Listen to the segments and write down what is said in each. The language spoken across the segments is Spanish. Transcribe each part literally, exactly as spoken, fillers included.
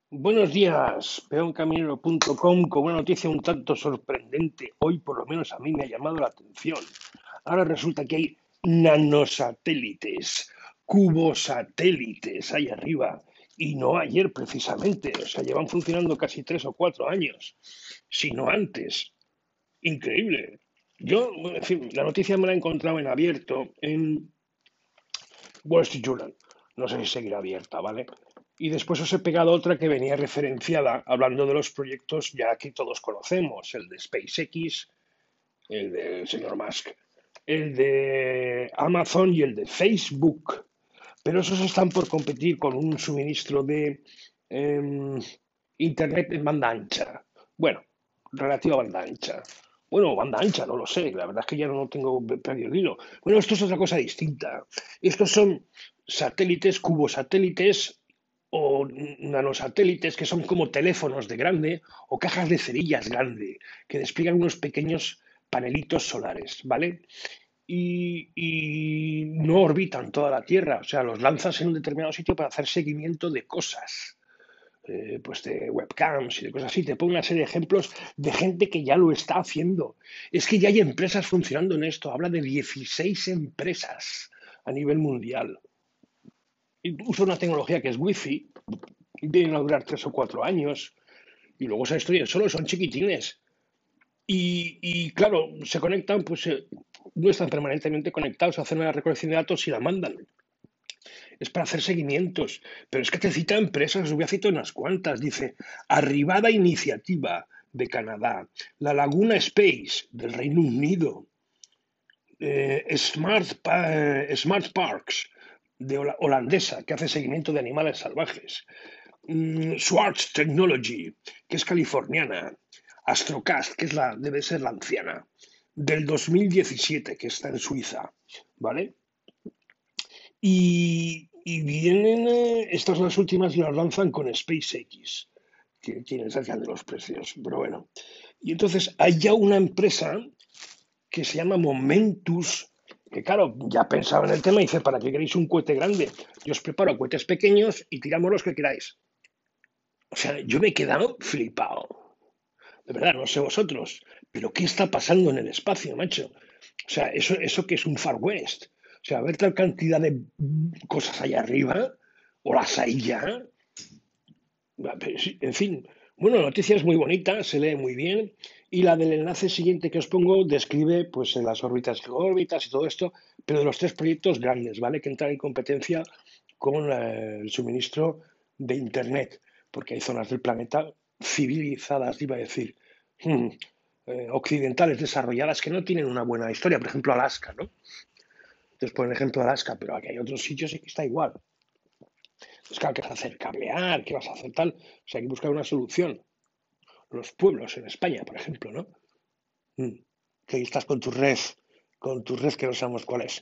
Buenos días, peón caminero punto com con una noticia un tanto sorprendente. Hoy, por lo menos a mí me ha llamado la atención. Ahora resulta que hay nanosatélites, cubosatélites ahí arriba. Y no ayer precisamente, o sea, llevan funcionando casi tres o cuatro años, sino antes. Increíble. Yo, en fin, la noticia me la he encontrado en abierto en Wall Street Journal. No sé si seguirá abierta, ¿vale? Y después os he pegado otra que venía referenciada hablando de los proyectos ya que todos conocemos, el de SpaceX, el del señor Musk, el de Amazon y el de Facebook. Pero esos están por competir con un suministro de eh, Internet en banda ancha. Bueno, relativa banda ancha. Bueno, banda ancha, no lo sé. La verdad es que ya no tengo perdido el hilo. Bueno, esto es otra cosa distinta. Estos son satélites, cubosatélites o nanosatélites que son como teléfonos de grande o cajas de cerillas grande que despliegan unos pequeños panelitos solares, ¿vale? Y, y no orbitan toda la Tierra, o sea, los lanzas en un determinado sitio para hacer seguimiento de cosas, eh, pues de webcams y de cosas así. Te pongo una serie de ejemplos de gente que ya lo está haciendo. Es que ya hay empresas funcionando en esto. Habla de dieciséis empresas a nivel mundial. Y usa una tecnología que es Wi-Fi, y vienen a durar tres o cuatro años, y luego se destruyen solo, son chiquitines. Y, y, claro, se conectan, pues eh, no están permanentemente conectados, hacen una recolección de datos y la mandan. Es para hacer seguimientos. Pero es que te cita empresas, os voy a citar unas cuantas. Dice, Arribada Iniciativa de Canadá, La Laguna Space del Reino Unido, eh, Smart, Pa- eh, Smart Parks de Hola- holandesa, que hace seguimiento de animales salvajes. Mm, Schwartz Technology, que es californiana. Astrocast, que es la, debe ser la anciana, del dos mil diecisiete, que está en Suiza, ¿vale? Y, y vienen, eh, estas las últimas y las lanzan con SpaceX, que tienen cerca de los precios, pero bueno. Y entonces hay ya una empresa que se llama Momentus, que claro, ya pensaba en el tema y dice, ¿para qué queréis un cohete grande? Yo os preparo cohetes pequeños y tiramos los que queráis. O sea, yo me he quedado flipado. De verdad, no sé vosotros, pero ¿qué está pasando en el espacio, macho? O sea, eso, eso que es un Far West. O sea, ver tal cantidad de cosas allá arriba, o las hay ya. En fin, bueno, la noticia es muy bonita, se lee muy bien. Y la del enlace siguiente que os pongo describe pues las órbitas geórbitas y todo esto, pero de los tres proyectos grandes, ¿vale? Que entran en competencia con eh, el suministro de Internet, porque hay zonas del planeta civilizadas, iba a decir, hmm, eh, occidentales desarrolladas que no tienen una buena historia, por ejemplo Alaska, ¿no? Entonces, por ejemplo Alaska, pero aquí hay otros sitios y que está igual. Pues claro, ¿qué vas a hacer? ¿Cablear? ¿Qué vas a hacer tal? O sea, hay que buscar una solución. Los pueblos en España, por ejemplo, ¿no? Mm. Que ahí estás con tu red, con tu red que no sabemos cuál es.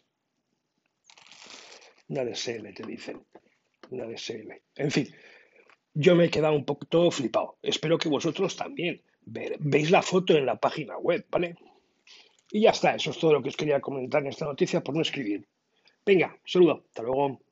Una D S L, te dicen. Una D S L. En fin, yo me he quedado un poquito flipado. Espero que vosotros también. Ver, veis la foto en la página web, ¿vale? Y ya está, eso es todo lo que os quería comentar en esta noticia por no escribir. Venga, saludo, hasta luego.